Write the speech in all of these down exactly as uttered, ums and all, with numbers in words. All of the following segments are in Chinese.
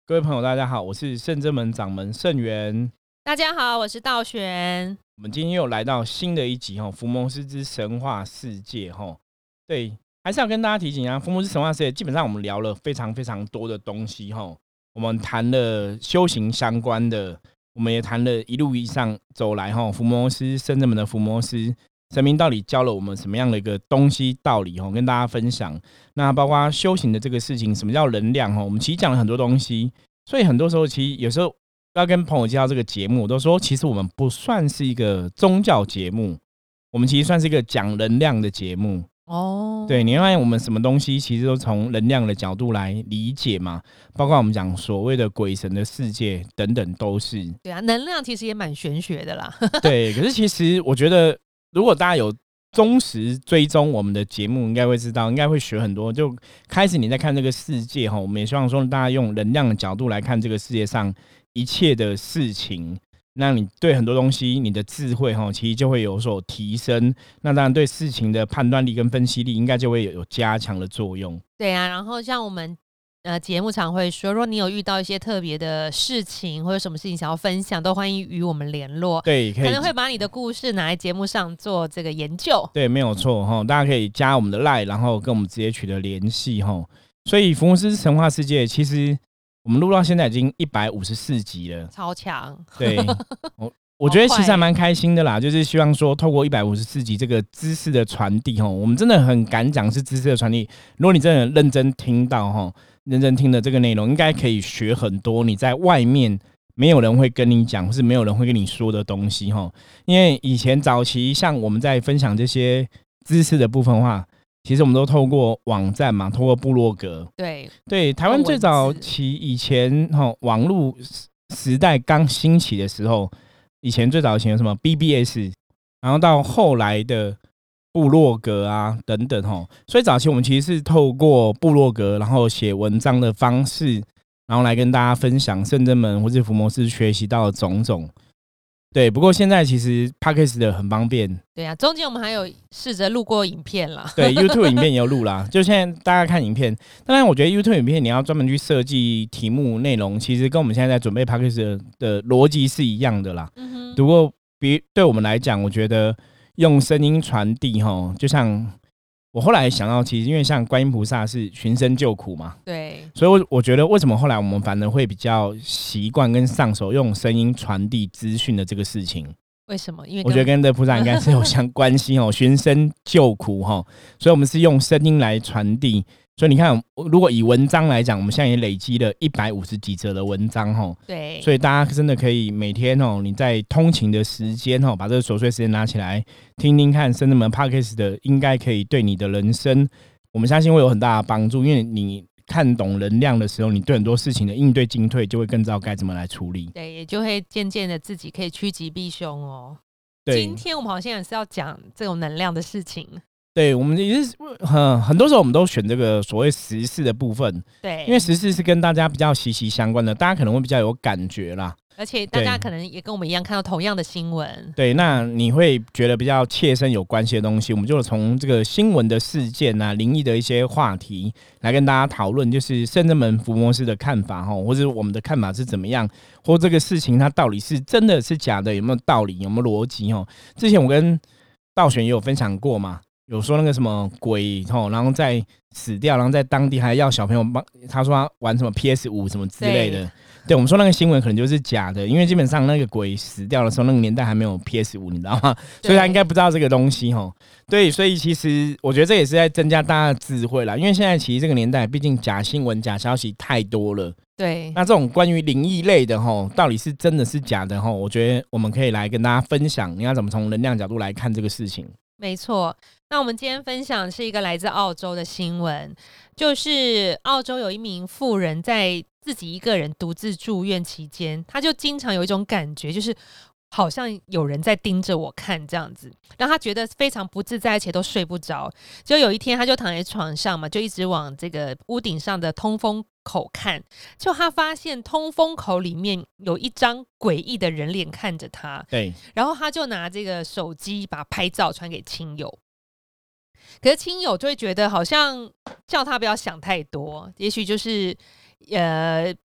各位朋友大家好，我是圣真门掌门圣元。 大家好，我是道玄。 我们今天又来到新的一集福摩斯之神话世界。对，还是要跟大家提醒啊，福摩斯神话世界基本上我们聊了非常非常多的东西。我们谈了修行相关的，我们也谈了一路以上走来福摩斯圣真门的福摩斯神明到底教了我们什么样的一个东西道理，跟大家分享。那包括修行的这个事情，什么叫能量，我们其实讲了很多东西。所以很多时候其实有时候要跟朋友介绍这个节目，我都说其实我们不算是一个宗教节目，我们其实算是一个讲能量的节目。哦，对，你发现我们什么东西其实都从能量的角度来理解嘛，包括我们讲所谓的鬼神的世界等等都是。 对啊，能量其实也蛮玄学的啦。 对，可是其实我觉得如果大家有忠实追踪我们的节目，应该会知道，应该会学很多。就开始你在看这个世界，我们也希望说大家用能量的角度来看这个世界上一切的事情，那你对很多东西你的智慧其实就会有所提升，那当然对事情的判断力跟分析力应该就会有加强的作用。 对啊，然后像我们呃，节目常会说，如果你有遇到一些特别的事情或者什么事情想要分享，都欢迎与我们联络。 对，可以， 可能会把你的故事拿来节目上做这个研究。 对，没有错，大家可以加我们的 LINE， 然后跟我们直接取得联系。所以福摩斯神话世界其实我们录到现在已经一百五十四集了， 超强。 对，我我觉得其实还蛮开心的啦，就是希望说透过一百五十四集这个知识的传递，我们真的很敢讲是知识的传递。如果你真的认真听到认真听的这个内容，应该可以学很多你在外面没有人会跟你讲，或是没有人会跟你说的东西。因为以前早期像我们在分享这些知识的部分的话，其实我们都透过网站嘛，透过部落格。 对对，台湾最早期以前网络时代刚兴起的时候，以前最早以前有什么 B B S， 然后到后来的部落格啊等等，所以早期我们其实是透过部落格然后写文章的方式，然后来跟大家分享圣真门或是福摩斯学习到的种种。对，不过现在其实 Podcast 的很方便。 对啊，中间我们还有试着录过影片啦。 对， YouTube 影片也有录啦。就现在大家看影片，当然我觉得 YouTube 影片你要专门去设计题目内容，其实跟我们现在在准备 Podcast 的逻辑是一样的啦。嗯哼。不过比对我们来讲，我觉得用声音传递，就像我后来想到，其实因为像观音菩萨是寻声救苦嘛， 对， 所以我我觉得为什么后来我们反而会比较习惯跟上手用声音传递资讯的这个事情？ 为什么？因为我觉得跟这菩萨应该是有相关系哦，寻声救苦哈，所以我们是用声音来传递。所以你看，如果以文章来讲，我们现在也累积了一百五十几则的文章哈。 对， 所以大家真的可以每天哦，你在通勤的时间哦，把这个琐碎时间拿起来听听看，圣真门 Podcast 的，应该可以对你的人生，我们相信会有很大的帮助。因为你看懂能量的时候，你对很多事情的应对进退就会更知道该怎么来处理。 对，也就会渐渐的自己可以趋吉避凶哦。 对， 今天我们好像也是要讲这种能量的事情。 对，我们也是很很多时候我们都选这个所谓时事的部分， 对， 因为时事是跟大家比较息息相关的，大家可能会比较有感觉啦。 而且大家可能也跟我们一样看到同样的新闻， 对，那你会觉得比较切身有关系的东西，我们就从这个新闻的事件啊、灵异的一些话题来跟大家讨论，就是圣真门福摩斯的看法，或者我们的看法是怎么样，或这个事情它到底是真的是假的，有没有道理，有没有逻辑。之前我跟道玄也有分享过嘛，有说那个什么鬼，然后在死掉，然后在当地还要小朋友帮他说他玩什么 P S 五 什么之类的。对，我们说那个新闻可能就是假的，因为基本上那个鬼死掉的时候，那个年代还没有 P S 五， 你知道吗？所以他应该不知道这个东西。对，所以其实我觉得这也是在增加大家的智慧啦，因为现在其实这个年代毕竟假新闻假消息太多了。 对， 那这种关于灵异类的到底是真的是假的，我觉得我们可以来跟大家分享你要怎么从能量角度来看这个事情。 没错，那我们今天分享是一个来自澳洲的新闻，就是澳洲有一名妇人在自己一个人独自住院期间，他就经常有一种感觉，就是好像有人在盯着我看这样子，让他觉得非常不自在，而且都睡不着。就有一天他就躺在床上嘛，就一直往这个屋顶上的通风口看，就他发现通风口里面有一张诡异的人脸看着他。 对， 然后他就拿这个手机把拍照传给亲友，可是亲友就会觉得好像叫他不要想太多，也许就是呃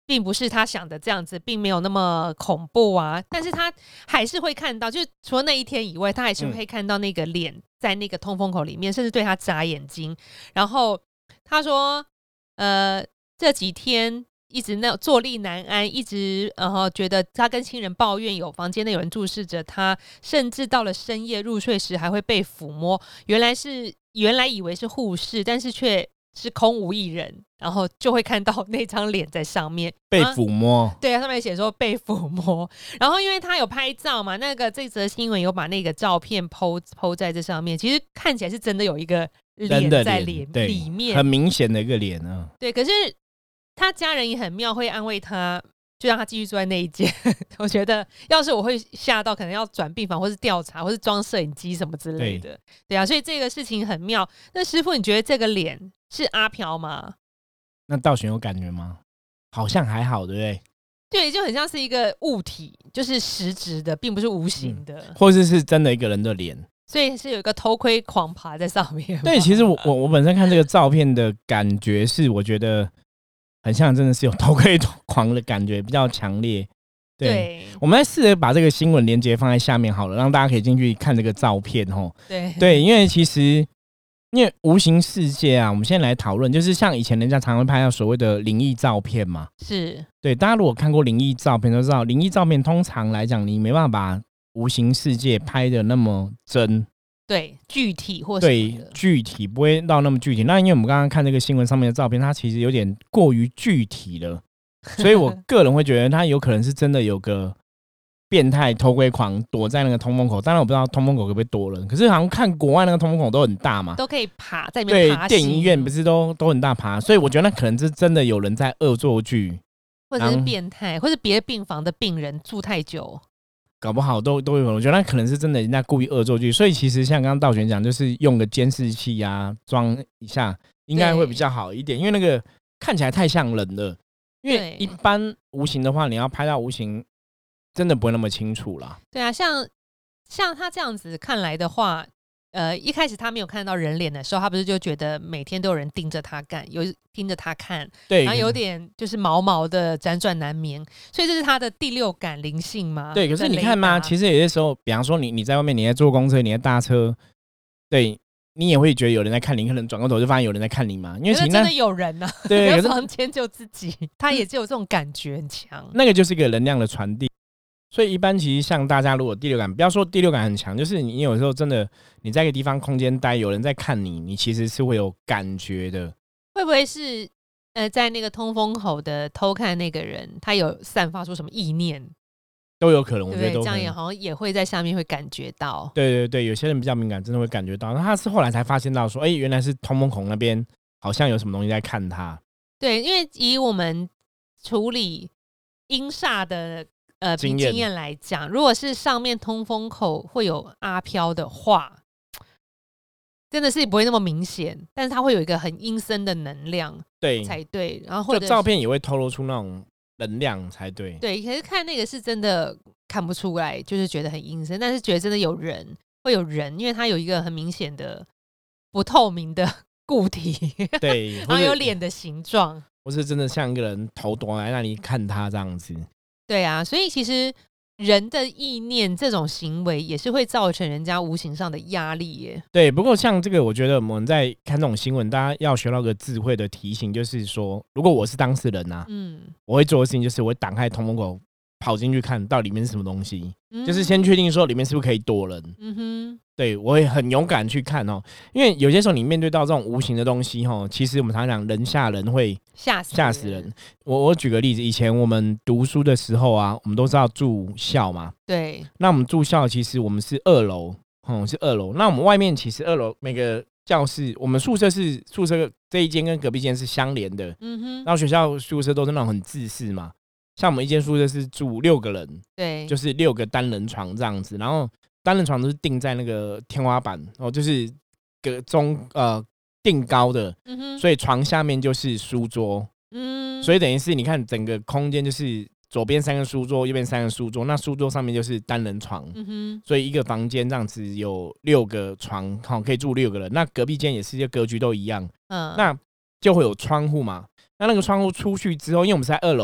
并不是他想的这样子，并没有那么恐怖啊，但是他还是会看到，就是除了那一天以外，他还是会看到那个脸在那个通风口里面，甚至对他眨眼睛。然后他说，呃，这几天一直那坐立难安，一直然后、呃、觉得他跟亲人抱怨有房间内有人注视着他，甚至到了深夜入睡时还会被抚摸。原来是原来以为是护士，但是却是空无一人，然后就会看到那张脸在上面被抚摸、 啊、对啊，上面写说被抚摸。然后因为他有拍照嘛，那个这则新闻有把那个照片 po, po 在这上面，其实看起来是真的有一个脸在脸里面， 很明显的一个脸啊。 对，可是他家人也很妙，会安慰他，就让他继续坐在那一间。我觉得要是我会吓到，可能要转病房或是调查或是装摄影机什么之类的。 对, 对啊，所以这个事情很妙。那师父你觉得这个脸是阿飘吗？ 那道玄有感觉吗？好像还好，对不对？ 对，就很像是一个物体，就是实质的，并不是无形的、嗯、 或是是真的一个人的脸， 所以是有一个偷窥狂爬在上面。 对，其实我我我本身看这个照片的感觉是，我觉得很像真的是有偷窥狂的感觉，比较强烈。 对, 对，我们来试着把这个新闻连结放在下面好了，让大家可以进去看这个照片。 对对，因为其实因为无形世界啊，我们现在来讨论，就是像以前人家常会拍到所谓的灵异照片嘛。 是，对， 大家如果看过灵异照片都知道，灵异照片通常来讲，你没办法把无形世界拍的那么真， 对，具体或什么的， 对，具体不会到那么具体。那因为我们刚刚看这个新闻上面的照片，它其实有点过于具体了，所以我个人会觉得它有可能是真的有个变态偷窥狂躲在那个通风口。当然我不知道通风口可不可以躲人，可是好像看国外那个通风口都很大嘛， 都可以爬在里面爬。 对，电影院不是都都很大爬，所以我觉得那可能是真的有人在恶作剧， 或者是变态，或者别的病房的病人住太久， 搞不好都都有。我觉得那可能是真的人家故意恶作剧。所以其实像刚刚道玄讲，就是用个监视器啊装一下，应该会比较好一点，因为那个看起来太像人了。因为一般无形的话，你要拍到无形，真的不会那么清楚啦。 对啊，像像他这样子看来的话，呃，一开始他没有看到人脸的时候，他不是就觉得每天都有人盯着他干，有盯着他看， 对， 然后有点就是毛毛的辗转难眠，所以这是他的第六感灵性吗？ 对，可是你看嘛，其实有些时候，比方说你你在外面，你在坐公车，你在搭车，对。你也会觉得有人在看你，可能转过头就发现有人在看你嘛，因为其实真的有人啊， 对，可是房间就自己，他也只有这种感觉很强。 那个就是一个能量的传递，所以一般其实像大家如果第六感，不要说第六感很强，就是你有时候真的你在一个地方空间待，有人在看你，你其实是会有感觉的。 会不会是呃，在那个通风口的偷看那个人，他有散发出什么意念？ 都有可能，我觉得都这样也好像也会在下面会感觉到。 对对对，有些人比较敏感，真的会感觉到。那他是后来才发现到说，哎、欸，原来是通风口那边好像有什么东西在看他。 对，因为以我们处理阴煞的呃经验来讲，如果是上面通风口会有阿飘的话，真的是不会那么明显，但是它会有一个很阴森的能量，对才对。然后或者照片也会透露出那种能量才对。 对，可是看那个是真的看不出来，就是觉得很阴森，但是觉得真的有人，会有人，因为它有一个很明显的不透明的固体， 对， 然后有脸的形状， 或是真的像一个人头躲在那里看他这样子。 对啊，所以其实人的意念这种行为也是会造成人家无形上的压力耶。 对，不过像这个我觉得我们在看这种新闻，大家要学到个智慧的提醒，就是说如果我是当事人啊，嗯，我会做的事情就是我会打开通风口跑进去看到里面是什么东西，嗯，就是先确定说里面是不是可以躲人。嗯哼，对，我会很勇敢去看哦，因为有些时候你面对到这种无形的东西哦，其实我们常常讲人吓人会吓死吓死人。我我举个例子，以前我们读书的时候啊，我们都知道住校嘛， 对， 那我们住校其实我们是二楼，嗯，是二楼。那我们外面其实二楼每个教室，我们宿舍是宿舍这一间跟隔壁间是相连的，嗯哼，然后学校宿舍都是那种很自私嘛。像我们一间宿舍是住六个人，对，就是六个单人床这样子，然后单人床都是定在那个天花板，然后就是个中呃定高的，嗯哼，所以床下面就是书桌，嗯，所以等于是你看整个空间就是左边三个书桌，右边三个书桌，那书桌上面就是单人床，嗯哼，所以一个房间这样子有六个床，好，可以住六个人。那隔壁间也是，格局都一样，嗯，那就会有窗户嘛。那那个窗户出去之后，因为我们是在二楼嘛，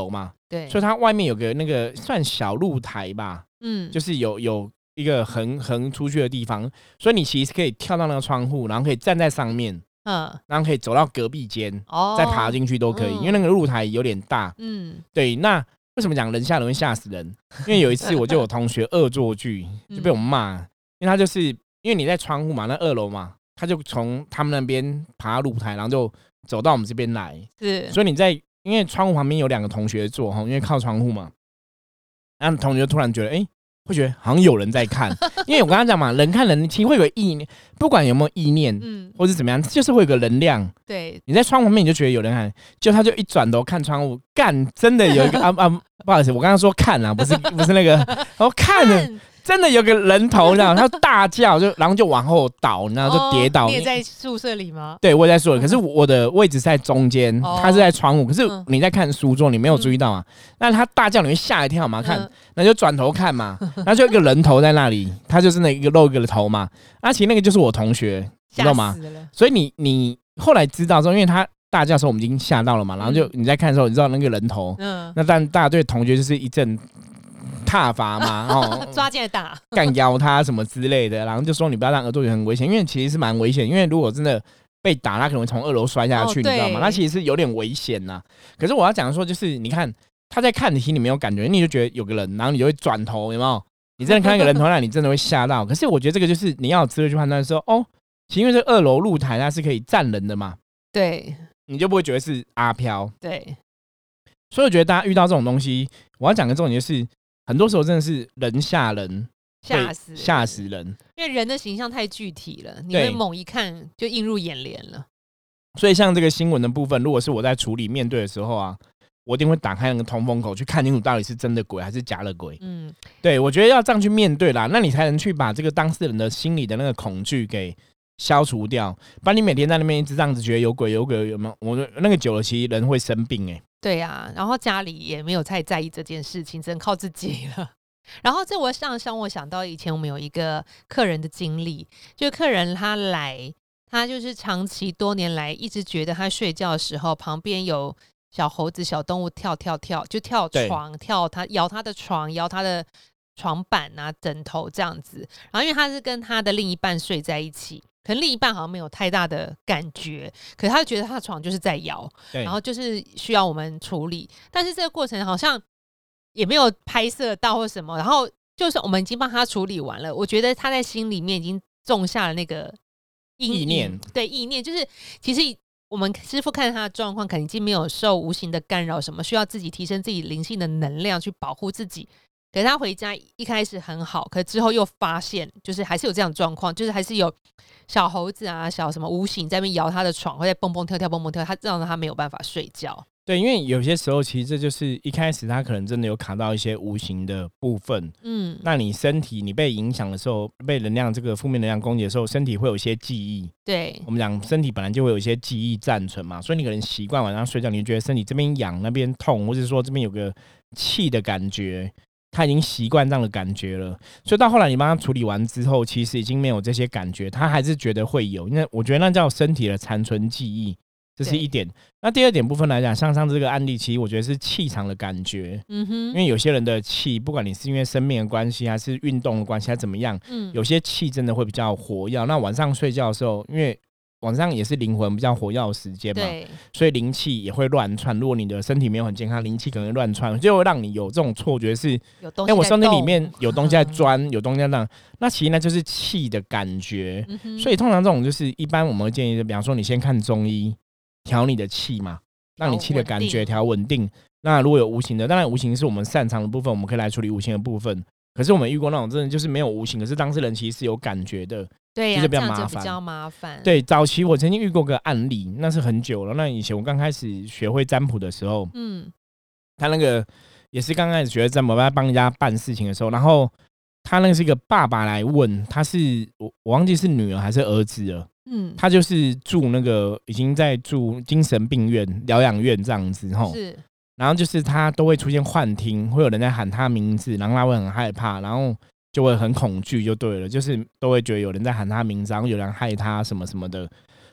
对， 所以它外面有个那个算小露台吧，嗯，就是有有一个横横出去的地方，所以你其实可以跳到那个窗户，然后可以站在上面，嗯，然后可以走到隔壁间，哦，再爬进去都可以，嗯，因为那个露台有点大，嗯，对。那为什么讲人吓人会吓死人？因为有一次我就有同学恶作剧，就被我骂，因为他就是因为你在窗户嘛，那二楼嘛，他就从他们那边爬到露台，然后就走到我们这边来，是，所以你在因为窗户旁边有两个同学坐，因为靠窗户嘛，然后同学就突然觉得，哎，会觉得好像有人在看，因为我刚刚讲嘛，人看人其实会有意念，不管有没有意念，嗯，或是怎么样，就是会有个能量。对，你在窗户旁边你就觉得有人看，就他就一转头看窗户，干，真的有一个啊啊，不好意思，我刚刚说看啊，不是不是那个，然后看了。真的有个人头，然后他大叫，就然后就往后倒，然后就跌倒。 哦，你也在宿舍里吗？ 对，我也在宿舍，可是我的位置是在中间，哦，他是在窗户。可是你在看书桌，你没有注意到嘛？那，嗯，他大叫，你会吓一跳嘛？看，那就转头看嘛，然后就一个人头在那里，他就是那一个露一个头嘛。那其实那个就是我同学，你知道吗？所以你你后来知道之后，因为他大叫的时候我们已经吓到了嘛，然后就你在看的时候，你知道那个人头，嗯，那但大家对同学就是一阵挞伐嘛，哦， 抓进来打， 干咬他什么之类的，然后就说你不要让恶作剧很危险，因为其实是蛮危险，因为如果真的被打，他可能会从二楼摔下去，哦，你知道吗？他其实是有点危险呐。可是我要讲说，就是你看他在看你，心里没有感觉，你就觉得有个人，然后你就会转头，有没有？你真的看到一个人头，那你真的会吓到。可是我觉得这个就是你要有智慧去判断说，哦，其实因为这二楼露台它是可以站人的嘛，对，你就不会觉得是阿飘，对。所以我觉得大家遇到这种东西，我要讲的重点就是。很多时候真的是人吓人， 吓死吓死人， 因为人的形象太具体了，你会猛一看就映入眼帘了。 所以像这个新闻的部分，如果是我在处理面对的时候啊，我一定会打开那个通风口去看清楚到底是真的鬼还是假的鬼。嗯，对，我觉得要这样去面对啦，那你才能去把这个当事人的心里的那个恐惧给消除掉。不然你每天在那边一直这样子觉得有鬼有鬼有没有？我那个久了，其实人会生病哎、欸。 对啊，然后家里也没有太在意这件事情，只能靠自己了。然后这我想想，我想到以前我们有一个客人的经历，就是客人他来，他就是长期多年来一直觉得他睡觉的时候旁边有小猴子、小动物跳跳跳，就跳床、跳他摇他的床、摇他的床板啊、枕头这样子。然后因为他是跟他的另一半睡在一起。可能另一半好像没有太大的感觉，可是他就觉得他的床就是在摇，然后就是需要我们处理，但是这个过程好像也没有拍摄到或什么，然后就是我们已经帮他处理完了，我觉得他在心里面已经种下了那个意念， 对，意念就是其实我们师父看他的状况，可能已经没有受无形的干扰，什么需要自己提升自己灵性的能量去保护自己。可是他回家一开始很好，可是之后又发现，就是还是有这样的状况，就是还是有小猴子啊、小什么无形在那边摇他的床，或者蹦蹦跳跳、蹦蹦跳跳，他让他没有办法睡觉。 对，因为有些时候其实这就是一开始他可能真的有卡到一些无形的部分，嗯，那你身体你被影响的时候，被能量这个负面能量攻击的时候，身体会有一些记忆。对，我们讲身体本来就会有一些记忆暂存嘛，所以你可能习惯晚上睡觉，你就觉得身体这边痒、那边痛，或者说这边有个气的感觉。他已经习惯这样的感觉了，所以到后来你帮他处理完之后，其实已经没有这些感觉，他还是觉得会有，因为我觉得那叫身体的残存记忆，这是一点。那第二点部分来讲，像上次这个案例，其实我觉得是气场的感觉，嗯哼，因为有些人的气，不管你是因为生命的关系，还是运动的关系，还是怎么样，嗯，有些气真的会比较活跃。那晚上睡觉的时候，因为晚上也是灵魂比较活跃的时间嘛，所以灵气也会乱窜。如果你的身体没有很健康，灵气可能会乱窜，就会让你有这种错觉是， 有东西在动， 欸，我身体里面有东西在钻，有东西在那，那其实那就是气的感觉，嗯。所以通常这种就是一般我们会建议，比方说你先看中医调你的气嘛，让你气的感觉调稳定。那如果有无形的，当然无形是我们擅长的部分，我们可以来处理无形的部分。可是我们遇过那种真的就是没有无形，可是当事人其实是有感觉的。 对呀， 就比较麻烦，比较麻烦。 对，早期我曾经遇过个案例，那是很久了。那以前我刚开始学会占卜的时候，嗯，他那个也是刚开始学占卜，在帮人家办事情的时候，然后他那个是一个爸爸来问，他是我我忘记是女儿还是儿子了，嗯，他就是住那个已经在住精神病院疗养院这样子吼，是，然后就是他都会出现幻听，会有人在喊他名字，然后他会很害怕，然后就会很恐惧就对了，就是都会觉得有人在喊他名字，然后有人害他什么什么的。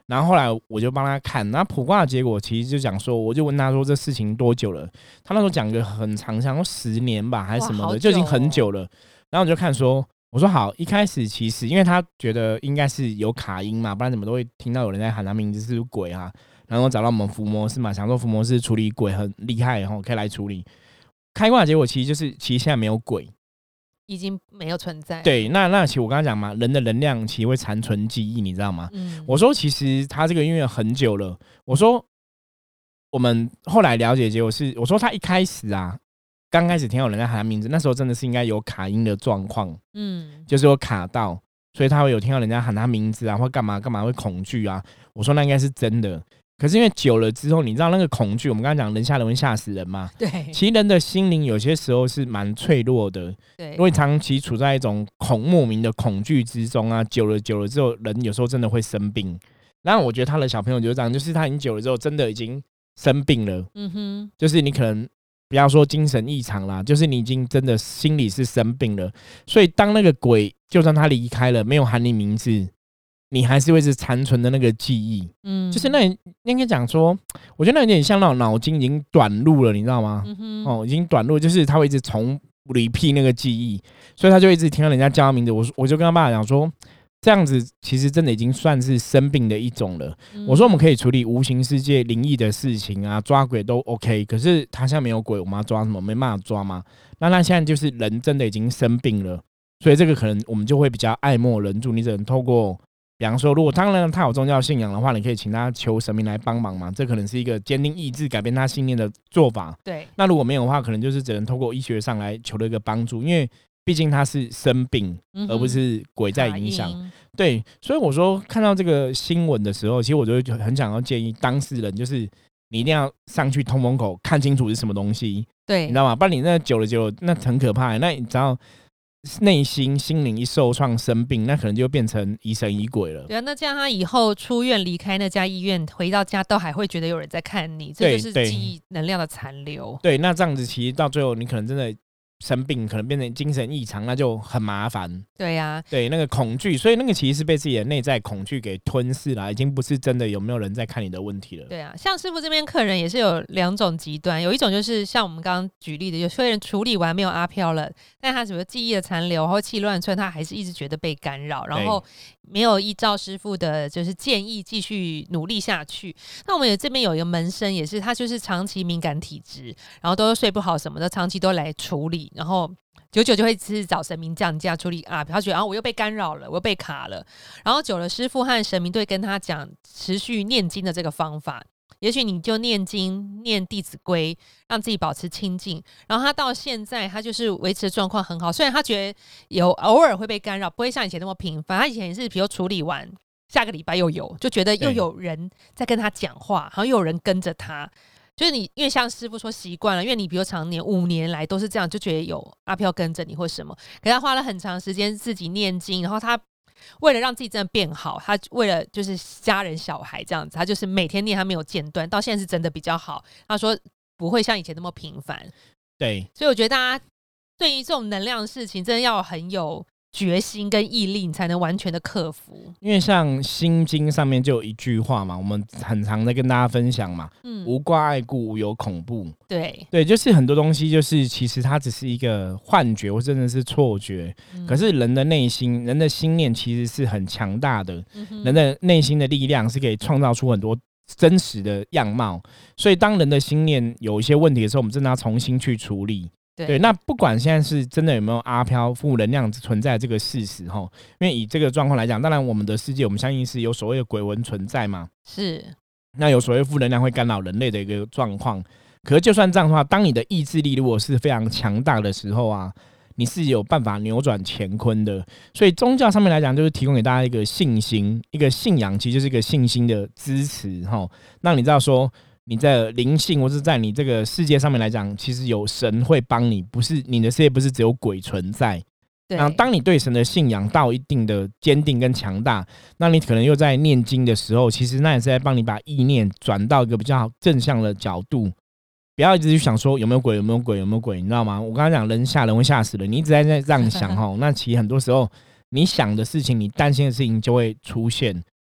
然后后来我就帮他看，那卜卦的结果其实就讲说，我就问他说这事情多久了？他那时候讲个很长，想说十年吧还是什么的，就已经很久了。然后我就看说，我说好，一开始其实因为他觉得应该是有卡音嘛，不然怎么都会听到有人在喊他名字是不是鬼啊？然后找到我们伏魔师嘛，想说伏魔师处理鬼很厉害，然后可以来处理。开卦的结果其实就是，其实现在没有鬼。 已经没有存在。 对，那那其实我刚刚讲嘛，人的能量其实会残存记忆，你知道吗？嗯、我说其实他这个音乐很久了。我说我们后来了解结果是，我说他一开始啊，刚开始听到有人在喊他名字，那时候真的是应该有卡音的状况，嗯，就是有卡到，所以他会有听到人家喊他名字啊，或干嘛干嘛会恐惧啊。我说那应该是真的。可是因为久了之后，你知道那个恐惧，我们刚刚讲人吓人会吓死人嘛？ 对。 其实人的心灵有些时候是蛮脆弱的，对，因为长期处在一种恐莫名的恐惧之中啊，久了久了之后，人有时候真的会生病。然后我觉得他的小朋友就是这样，就是他已经久了之后，真的已经生病了。嗯哼，就是你可能不要说精神异常啦，就是你已经真的心里是生病了。所以当那个鬼，就算他离开了，没有喊你名字，你还是会是残存的那个记忆，嗯，就是那应该讲说，我觉得那有点像那种脑筋已经短路了，你知道吗？嗯、哦，已经短路，就是他会一直重 repeat 那个记忆，所以他就一直听到人家叫他名字。我我就跟他爸爸讲说，这样子其实真的已经算是生病的一种了。嗯、我说我们可以处理无形世界灵异的事情啊，抓鬼都 OK， 可是他现在没有鬼，我们要抓什么？没办法抓吗？那他现在就是人真的已经生病了，所以这个可能我们就会比较爱莫能助，你只能透过。比方说，如果当然他有宗教信仰的话，你可以请他求神明来帮忙嘛，这可能是一个坚定意志、改变他信念的做法。 对， 那如果没有的话，可能就是只能透过医学上来求的一个帮助，因为毕竟他是生病，嗯、而不是鬼在影响。对，所以我说看到这个新闻的时候，其实我就会很想要建议当事人，就是你一定要上去通风口看清楚是什么东西， 对， 你知道吗？不然你那久了久了，那很可怕、欸。那你只要内心心灵一受创生病，那可能就变成疑神疑鬼了。 对啊，那这样他以后出院离开那家医院，回到家都还会觉得有人在看你，这就是记忆能量的残留。 对，那这样子其实到最后你可能真的生病，可能变成精神异常，那就很麻烦。 对呀、啊， 对，那个恐惧，所以那个其实是被自己的内在恐惧给吞噬了，已经不是真的有没有人在看你的问题了。 对啊，像师傅这边客人也是有两种极端，有一种就是像我们刚刚举例的，有些人处理完没有阿飘了，但他什么记忆的残留或气乱窜，他还是一直觉得被干扰，然后没有依照师傅的就是建议继续努力下去。那我们也这边有一个门生，也是他就是长期敏感体质，然后都睡不好什么的，长期都来处理，然后久久就会是找神明降价处理啊，他觉得啊我又被干扰了，我又被卡了，然后久了师父和神明对跟他讲持续念经的这个方法，也许你就念经念弟子规，让自己保持清净，然后他到现在他就是维持的状况很好，虽然他觉得有偶尔会被干扰，不会像以前那么频繁，他以前也是比如处理完下个礼拜又有，就觉得又有人在跟他讲话，好像又有人跟着他。就是你，因为像师父说习惯了，因为你比如常年五年来都是这样，就觉得有阿飘跟着你或什么。可是他花了很长时间自己念经，然后他为了让自己真的变好，他为了就是家人小孩这样子，他就是每天念，他没有间断，到现在是真的比较好。他说不会像以前那么频繁。 对， 所以我觉得大家对于这种能量的事情，真的要很有决心跟毅力，你才能完全的克服。 因为像心经上面就有一句话嘛，我们很常在跟大家分享嘛，嗯、无挂碍故，无有恐怖。 对对，就是很多东西，就是其实它只是一个幻觉，或真的是错觉。嗯、可是人的内心，人的心念其实是很强大的，嗯、人的内心的力量是可以创造出很多真实的样貌。所以当人的心念有一些问题的时候，我们真的要重新去处理。对, 对，那不管现在是真的有没有阿飘负能量存在这个事实齁，因为以这个状况来讲，当然我们的世界我们相信是有所谓的鬼魂存在嘛， 是， 那有所谓负能量会干扰人类的一个状况。可是就算这样的话，当你的意志力如果是非常强大的时候啊，你是有办法扭转乾坤的。所以宗教上面来讲，就是提供给大家一个信心，一个信仰，其实就是一个信心的支持齁，让你知道说。你在灵性或是在你这个世界上面来讲，其实有神会帮你，不是你的世界不是只有鬼存在。然后当你对神的信仰到一定的坚定跟强大，那你可能又在念经的时候，其实那也是在帮你把意念转到一个比较正向的角度，不要一直去想说有没有鬼有没有鬼有没有鬼，你知道吗？我刚刚讲人吓人会吓死人，你一直在这样想那其实很多时候你想的事情，你担心的事情就会出现。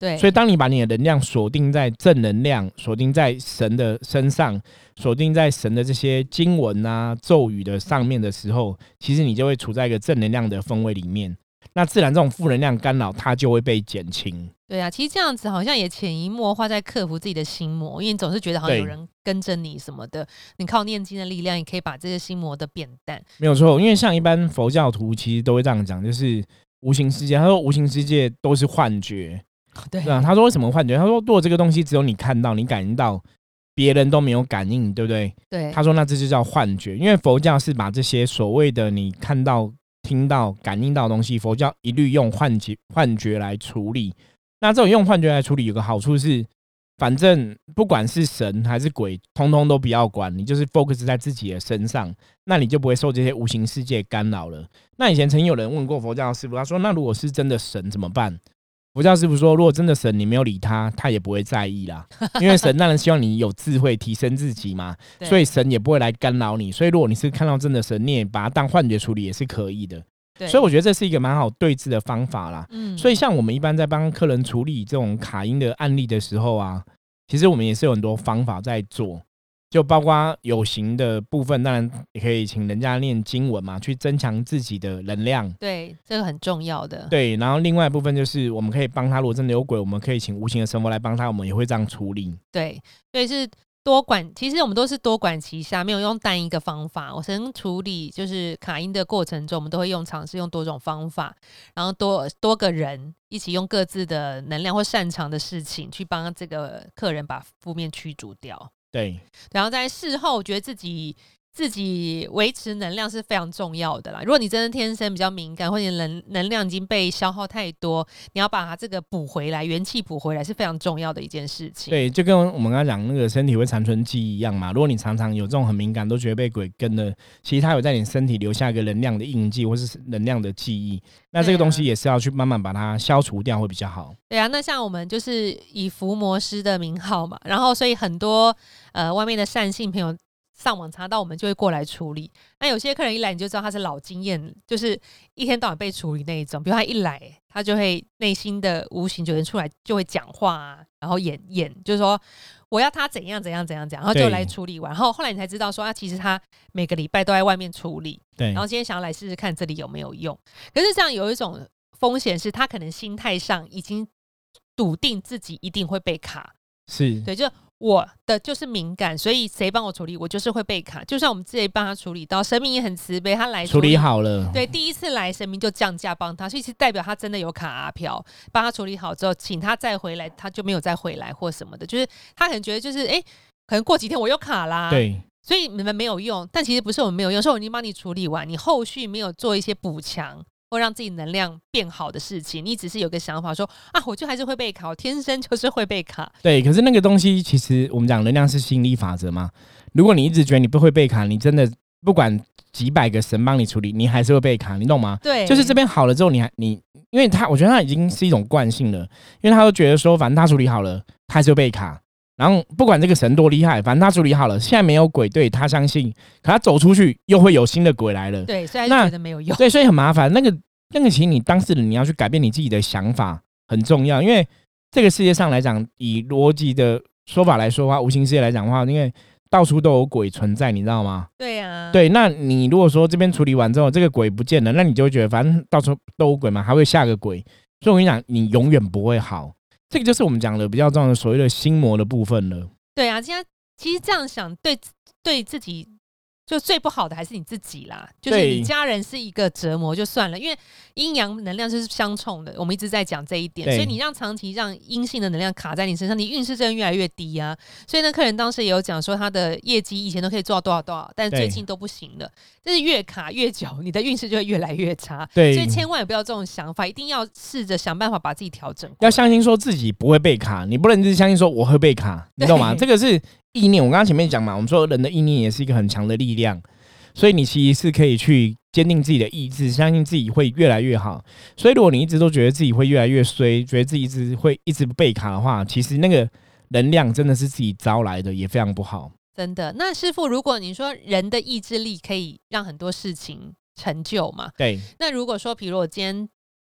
对， 所以当你把你的能量锁定在正能量，锁定在神的身上，锁定在神的这些经文啊咒语的上面的时候，其实你就会处在一个正能量的氛围里面，那自然这种负能量干扰它就会被减轻。 对啊，其实这样子好像也潜移默化在克服自己的心魔，因为你总是觉得好像有人跟着你什么的，你靠念经的力量，你可以把这些心魔的变淡。 没有错，因为像一般佛教徒其实都会这样讲，就是无形世界，他说无形世界都是幻觉。 对啊，他说为什么幻觉？他说如果这个东西只有你看到，你感应到，别人都没有感应，对不对？ 对， 他说那这就叫幻觉，因为佛教是把这些所谓的你看到、听到、感应到的东西，佛教一律用幻觉、幻觉来处理。那这种用幻觉来处理有个好处是，反正不管是神还是鬼，通通都不要管，你就是 focus 在自己的身上，那你就不会受这些无形世界干扰了。那以前曾经有人问过佛教的师傅，他说那如果是真的神怎么办？佛教师傅说，如果真的神你没有理他，他也不会在意啦，因为神当然希望你有智慧提升自己嘛，所以神也不会来干扰你。所以如果你是看到真的神，你也把它当幻觉处理也是可以的。所以我觉得这是一个蛮好对治的方法啦。嗯，所以像我们一般在帮客人处理这种卡音的案例的时候啊，其实我们也是有很多方法在做，就包括有形的部分，当然也可以请人家念经文嘛，去增强自己的能量。 对，这个很重要的。 对，然后另外一部分就是我们可以帮他，如果真的有鬼，我们可以请无形的神佛来帮他，我们也会这样处理。 对，所以是多管，其实我们都是多管齐下，没有用单一个方法。我曾处理就是卡音的过程中，我们都会用尝试用多种方法，然后多多个人一起用各自的能量或擅长的事情去帮这个客人把负面驱逐掉。 对，然后在事后，我觉得自己自己维持能量是非常重要的啦。如果你真的天生比较敏感，或者能能量已经被消耗太多，你要把它这个补回来，元气补回来是非常重要的一件事情。 对，就跟我们刚刚讲那个身体会残存记忆一样嘛。如果你常常有这种很敏感，都觉得被鬼跟了，其实它有在你身体留下一个能量的印记，或是能量的记忆。那这个东西也是要去慢慢把它消除掉，会比较好。 对啊，那像我们就是以伏魔师的名号嘛，然后所以很多呃外面的善信朋友上网查到我们就会过来处理。那有些客人一来你就知道他是老经验，就是一天到晚被处理那一种。比如他一来，他就会内心的无形就人出来，就会讲话啊，然后演演，就是说我要他怎样怎样怎样怎样，然后就来处理完。然后后来你才知道说啊，其实他每个礼拜都在外面处理，对。然后今天想要来试试看这里有没有用。可是这样有一种风险是，他可能心态上已经笃定自己一定会被卡， 是对，就我的就是敏感，所以谁帮我处理，我就是会被卡。就像我们自己帮他处理到，神明也很慈悲，他来处理好了。 对，第一次来神明就降价帮他，所以是代表他真的有卡阿飘，帮他处理好之后，请他再回来，他就没有再回来或什么的。就是他可能觉得就是哎、欸，可能过几天我又卡啦， 对，所以你们没有用。但其实不是我们没有用，是我已经帮你处理完，你后续没有做一些补强或让自己能量变好的事情，你只是有个想法说啊，我就还是会被卡，我天生就是会被卡。 对，可是那个东西其实我们讲能量是心理法则嘛。如果你一直觉得你不会被卡，你真的不管几百个神帮你处理，你还是会被卡，你懂吗？ 对， 就是这边好了之后，你还你，因为他我觉得他已经是一种惯性了，因为他都觉得说，反正他处理好了，他还是会被卡。然后不管这个神多厉害，反正他处理好了，现在没有鬼，对他相信，可他走出去又会有新的鬼来了， 对，所以他就觉得没有用， 对，所以很麻烦。那个那个，其实你当事人你要去改变你自己的想法很重要，因为这个世界上来讲，以逻辑的说法来说的话，无形世界来讲的话，因为到处都有鬼存在，你知道吗？ 对啊， 对，那你如果说这边处理完之后，这个鬼不见了，那你就会觉得反正到处都有鬼嘛，还会下个鬼，所以我跟你讲，你永远不会好。这个就是我们讲的比较重要的所谓的心魔的部分了。 对啊，现在其实这样想，对对自己就最不好的还是你自己啦。就是你家人是一个折磨就算了，因为阴阳能量就是相冲的，我们一直在讲这一点，所以你让长期让阴性的能量卡在你身上，你运势真的越来越低啊。所以那客人当时也有讲说，他的业绩以前都可以做到多少多少，但是最近都不行了。就是越卡越久，你的运势就会越来越差。对，所以千万也不要这种想法，一定要试着想办法把自己调整。 要相信说自己不会被卡，你不能只相信说我会被卡，你懂吗？这个是意念。我刚刚前面讲嘛，我们说人的意念也是一个很强的力量，所以你其实是可以去坚定自己的意志，相信自己会越来越好。所以如果你一直都觉得自己会越来越衰，觉得自己一直会一直被卡的话，其实那个能量真的是自己招来的，也非常不好。 真的。那师父，如果你说人的意志力可以让很多事情成就嘛， 对。 那如果说比如我今天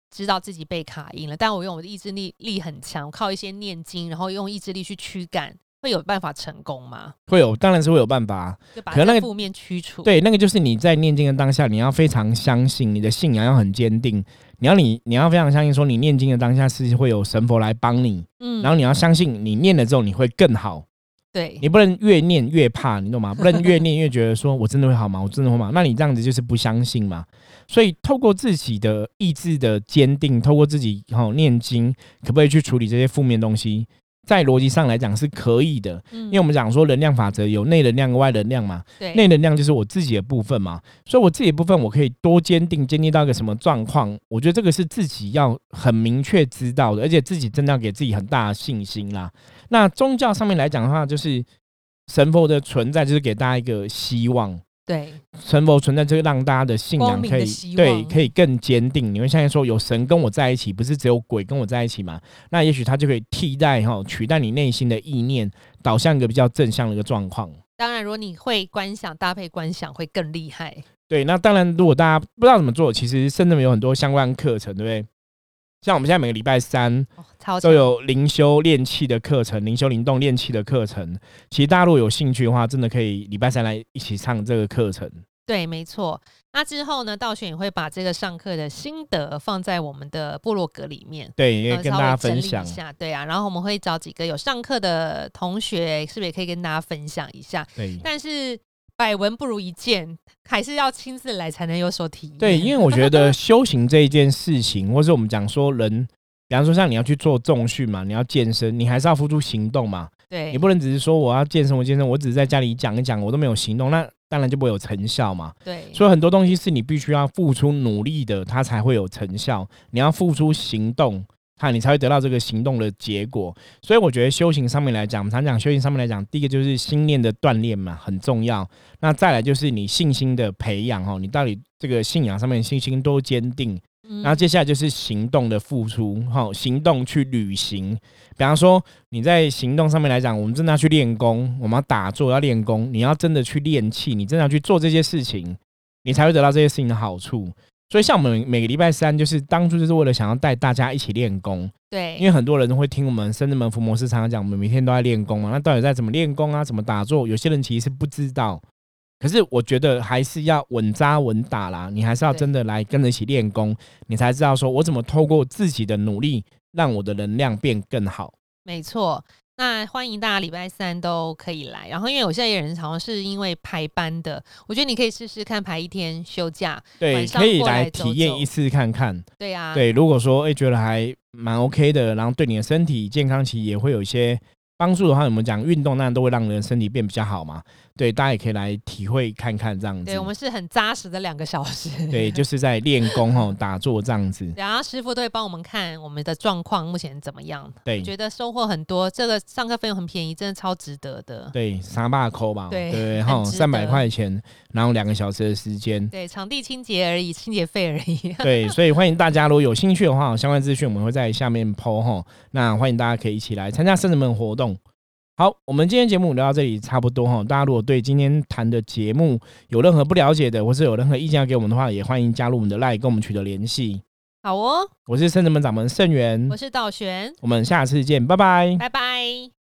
知道自己被卡阴了，但我用我的意志力力很强，我靠一些念经，然后用意志力去驱赶，会有办法成功吗？ 会有，当然是会有办法、啊， 就把那个负面驱除。 对，那个就是你在念经的当下，你要非常相信你的信仰要很坚定，你要你你要非常相信说你念经的当下是会有神佛来帮你，嗯，然后你要相信你念了之后你会更好。 对， 你不能越念越怕，你懂吗？不能越念越觉得说我真的会好吗？我真的会吗？那你这样子就是不相信嘛。所以透过自己的意志的坚定，透过自己、哦、念经，可不可以去处理这些负面东西？在逻辑上来讲是可以的，嗯、因为我们讲说能量法则有内能量、外能量嘛。对，内能量就是我自己的部分嘛，所以我自己的部分我可以多坚定，坚定到一个什么状况？我觉得这个是自己要很明确知道的，而且自己真的要给自己很大的信心啦。那宗教上面来讲的话，就是神佛的存在，就是给大家一个希望。 对， 神佛存在就是让大家的信仰可以对可以更坚定。你会相信说有神跟我在一起，不是只有鬼跟我在一起嘛？那也许他就可以替代哈，取代你内心的意念，导向一个比较正向的一个状况。 当然，如果你会观想，搭配观想会更厉害。 对，那当然，如果大家不知道怎么做，其实甚至有很多相关课程，对不对？像我们现在每个礼拜三都有灵修练气的课程，灵修灵动练气的课程。其实大家如果有兴趣的话，真的可以礼拜三来一起上这个课程。 对，没错。那之后呢，道玄也会把这个上课的心得放在我们的部落格里面， 对，也跟大家分享一下。对啊，然后我们会找几个有上课的同学，是不是也可以跟大家分享一下？对，但是百闻不如一见，还是要亲自来才能有所体验。 对，因为我觉得修行这一件事情，或是我们讲说人，比方说像你要去做重训嘛，你要健身，你还是要付出行动嘛。对，你不能只是说我要健身，我健身，我只是在家里讲一讲，我都没有行动，那当然就不会有成效嘛。对，所以很多东西是你必须要付出努力的，它才会有成效。你要付出行动，它你才会得到这个行动的结果。所以我觉得修行上面来讲，我们常讲修行上面来讲，第一个就是心念的锻炼嘛，很重要。那再来就是你信心的培养哦，你到底这个信仰上面信心多坚定。然后接下来就是行动的付出，行动去履行。比方说你在行动上面来讲，我们真的要去练功，我们要打坐要练功，你要真的去练气，你真的要去做这些事情，你才会得到这些事情的好处。所以像我们每个礼拜三，就是当初就是为了想要带大家一起练功。对，因为很多人会听我们圣真门伏魔师常常讲，我们每天都在练功嘛，那到底在怎么练功啊，怎么打坐，有些人其实是不知道。可是我觉得还是要稳扎稳打啦，你还是要真的来跟着一起练功，你才知道说我怎么透过自己的努力让我的能量变更好。 没错，那欢迎大家礼拜三都可以来。然后因为有些人好像是因为排班的，我觉得你可以试试看排一天休假， 对，可以来体验一次看看。 对啊， 对，如果说、欸、觉得还蛮 OK 的，然后对你的身体健康其实也会有一些帮助的话，我们讲运动当然都会让人的身体变比较好嘛。对，大家也可以来体会看看这样子。 对，我们是很扎实的两个小时。 对，就是在练功吼、打坐这样子。 然后师傅都会帮我们看我们的状况目前怎么样。对，觉得收获很多，这个上课费用很便宜，真的超值得的。 对，三百块吧。 对对，哈，三百块钱，然后两个小时的时间。 对，场地清洁而已，清洁费而已。 对，所以欢迎大家如果有兴趣的话，相关资讯我们会在下面 po 哈。那欢迎大家可以一起来参加圣人们活动。好，我们今天节目聊到这里差不多哈。大家如果对今天谈的节目有任何不了解的，或是有任何意见要给我们的话，也欢迎加入我们的 LINE 跟我们取得联系。 好哦， 我是圣人门掌门盛元， 我是道玄， 我们下次见，拜拜， 拜拜。